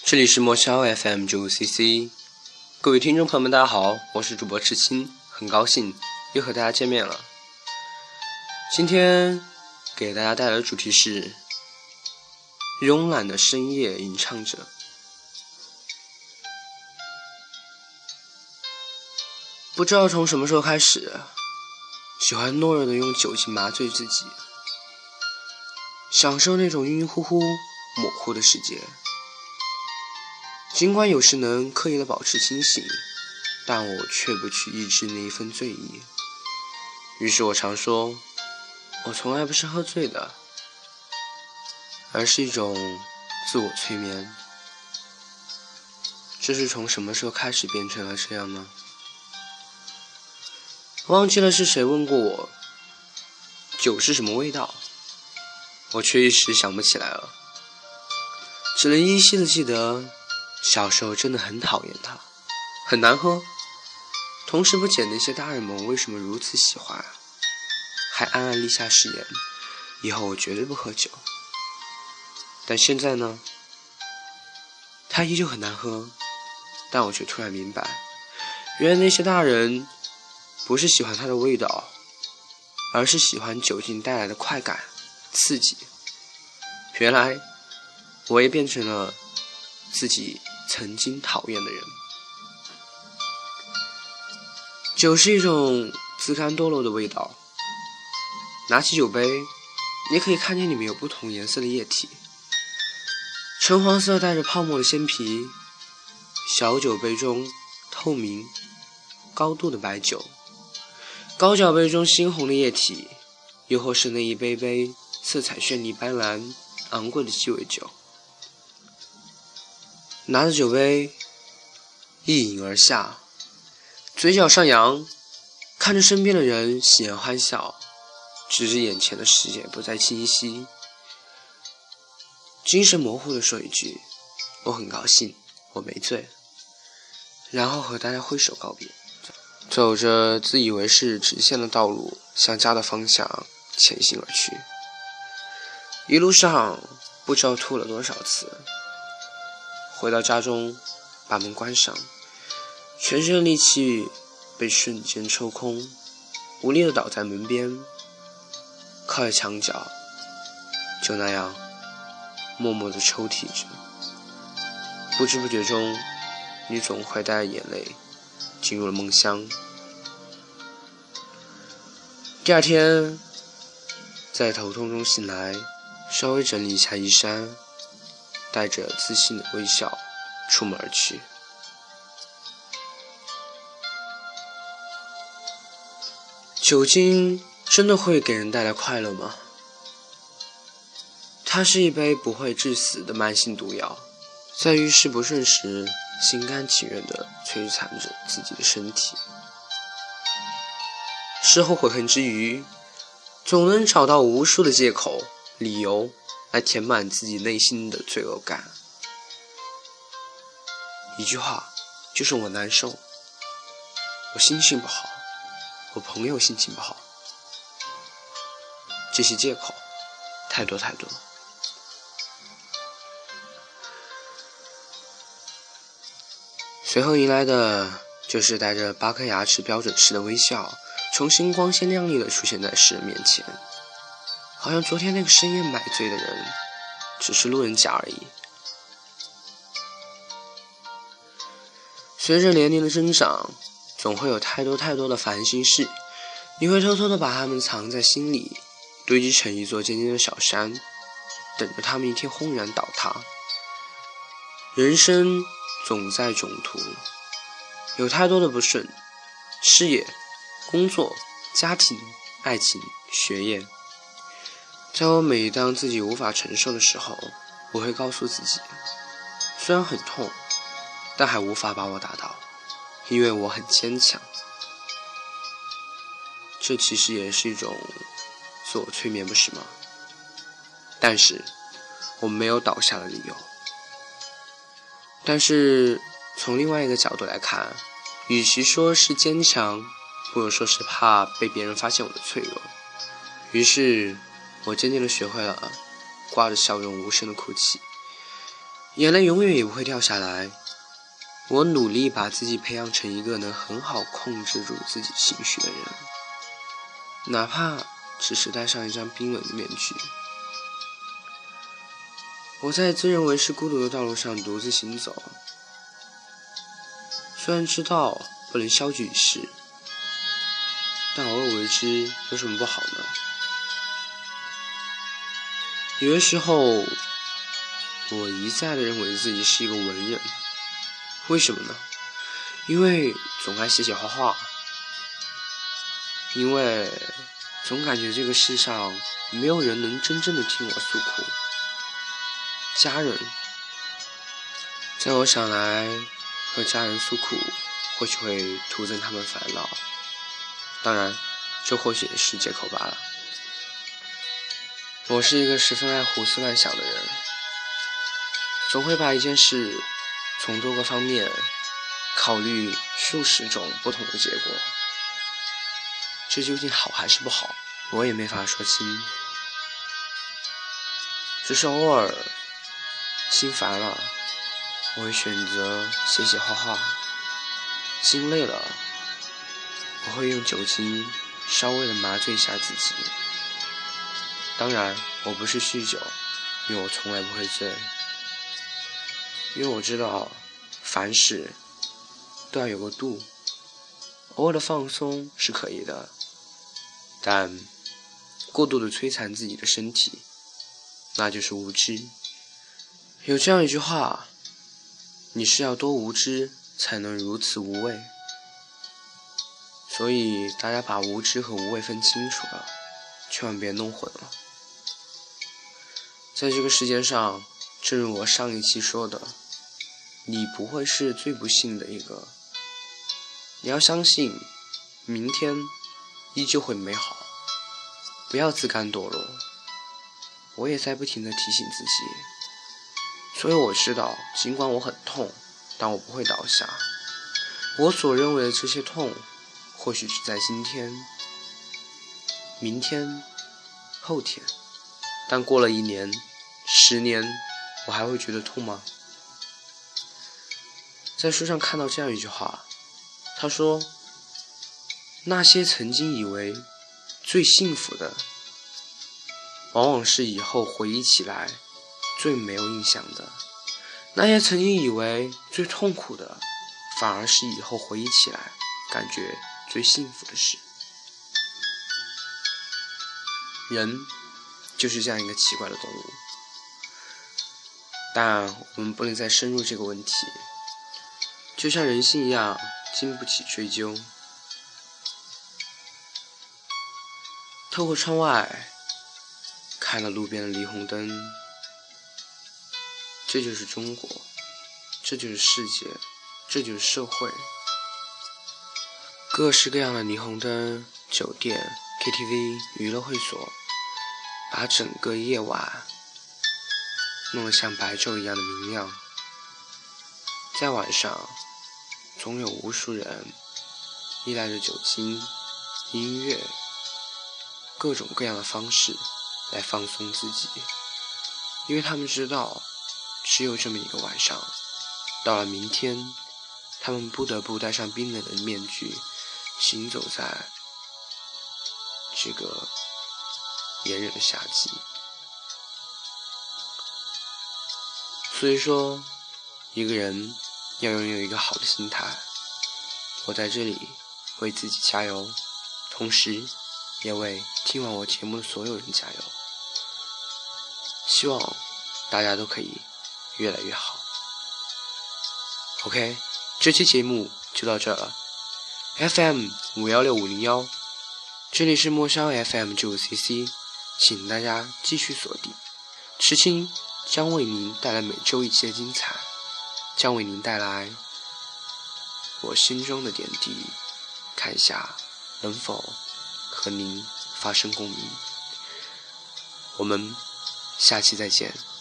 这里是莫超 FM95CC， 各位听众朋友们大家好，我是主播赤青，很高兴又和大家见面了。今天给大家带来的主题是慵懒的深夜吟唱者。不知道从什么时候开始，喜欢懦弱的用酒精麻醉自己，享受那种晕晕乎乎模糊的世界。尽管有时能刻意的保持清醒，但我却不去抑制那一份醉意。于是我常说，我从来不是喝醉的，而是一种自我催眠。这是从什么时候开始变成了这样呢？忘记了是谁问过我酒是什么味道，我却一时想不起来了，只能依稀的记得小时候真的很讨厌它，很难喝，同时不解那些大人们为什么如此喜欢，还暗暗立下誓言，以后我绝对不喝酒。但现在呢，它依旧很难喝，但我却突然明白，原来那些大人不是喜欢它的味道，而是喜欢酒精带来的快感、刺激。原来我也变成了自己曾经讨厌的人。酒是一种自甘堕落的味道，拿起酒杯，你可以看见里面有不同颜色的液体，橙黄色带着泡沫的鲜啤，小酒杯中透明高度的白酒，高脚杯中猩红的液体，又或是那一杯杯色彩绚丽斑斓昂贵的鸡尾酒。拿着酒杯一饮而下，嘴角上扬，看着身边的人喜颜欢笑，直至眼前的世界不再清晰，精神模糊地说一句，我很高兴，我没醉，然后和大家挥手告别，走着自以为是直线的道路向家的方向前行而去。一路上不知道吐了多少次，回到家中把门关上，全身的力气被瞬间抽空，无力地倒在门边，靠在墙角，就那样默默地抽泣着。不知不觉中，你总会带着眼泪进入了梦乡。第二天在头痛中醒来，稍微整理一下衣衫，带着自信的微笑出门而去。酒精真的会给人带来快乐吗？它是一杯不会致死的慢性毒药，在遇事不顺时心甘情愿地摧残着自己的身体，事后悔恨之余，总能找到无数的借口理由来填满自己内心的罪恶感。一句话，就是我难受，我心情不好，我朋友心情不好，这些借口太多太多。随后迎来的就是带着8颗牙齿标准式的微笑，重新光鲜亮丽的出现在世人面前，好像昨天那个深夜买醉的人只是路人甲而已。随着年龄的增长，总会有太多的烦心事，你会偷偷的把它们藏在心里，堆积成一座尖尖的小山，等着它们一天轰然倒塌。人生总在囧途，有太多的不顺，事业、工作、家庭、爱情、学业。在我每当自己无法承受的时候，我会告诉自己，虽然很痛，但还无法把我打倒，因为我很坚强。这其实也是一种自我催眠，不是吗？但是我没有倒下的理由。但是从另外一个角度来看，与其说是坚强，不如说是怕被别人发现我的脆弱。于是我渐渐地学会了挂着笑容无声的哭泣， 眼泪永远也不会掉下来。我努力把自己培养成一个能很好控制住自己情绪的人，哪怕只是戴上一张冰冷的面具。我在自认为是孤独的道路上独自行走，虽然知道不能消极事，但偶尔为之有什么不好呢？有的时候我一再的认为自己是一个文人，为什么呢？因为总爱写写画画，因为总感觉这个世上没有人能真正的听我诉苦。家人，在我想来，和家人诉苦或许会徒增他们烦恼，当然这或许也是借口罢了。我是一个十分爱胡思乱想的人，总会把一件事从多个方面考虑数十种不同的结果，这究竟好还是不好，我也没法说清。只是偶尔心烦了，我会选择写写画画；心累了，我会用酒精稍微的麻醉一下自己。当然我不是酗酒，因为我从来不会醉，因为我知道凡事都要有个度，偶尔的放松是可以的，但过度的摧残自己的身体，那就是无知。有这样一句话，你是要多无知才能如此无畏。所以大家把无知和无畏分清楚了，千万别弄混了。在这个世界上，正如我上一期说的，你不会是最不幸的一个，你要相信明天依旧会美好，不要自甘堕落。我也在不停地提醒自己，所以我知道尽管我很痛，但我不会倒下。我所认为的这些痛，或许只在今天、明天、后天，但过了1年、10年，我还会觉得痛吗？在书上看到这样一句话，他说，那些曾经以为最幸福的，往往是以后回忆起来最没有印象的；那些曾经以为最痛苦的，反而是以后回忆起来感觉最幸福的事。人就是这样一个奇怪的动物，但我们不能再深入这个问题，就像人性一样，经不起追究。透过窗外看了路边的霓虹灯，这就是中国，这就是世界，这就是社会。各式各样的霓虹灯，酒店、KTV、娱乐会所，把整个夜晚弄得像白昼一样的明亮。在晚上，总有无数人依赖着酒精、音乐、各种各样的方式来放松自己，因为他们知道只有这么一个晚上，到了明天他们不得不戴上冰冷的面具，行走在这个炎热的夏季。所以说，一个人要拥有一个好的心态。我在这里为自己加油，同时也为听完我节目的所有人加油。希望大家都可以越来越好。OK， 这期节目就到这了。FM 516501，这里是莫萧 FM 95cc，请大家继续锁定。痴青将为您带来每周一期的精彩，将为您带来我心中的点滴，看一下能否和您发生共鸣。我们下期再见。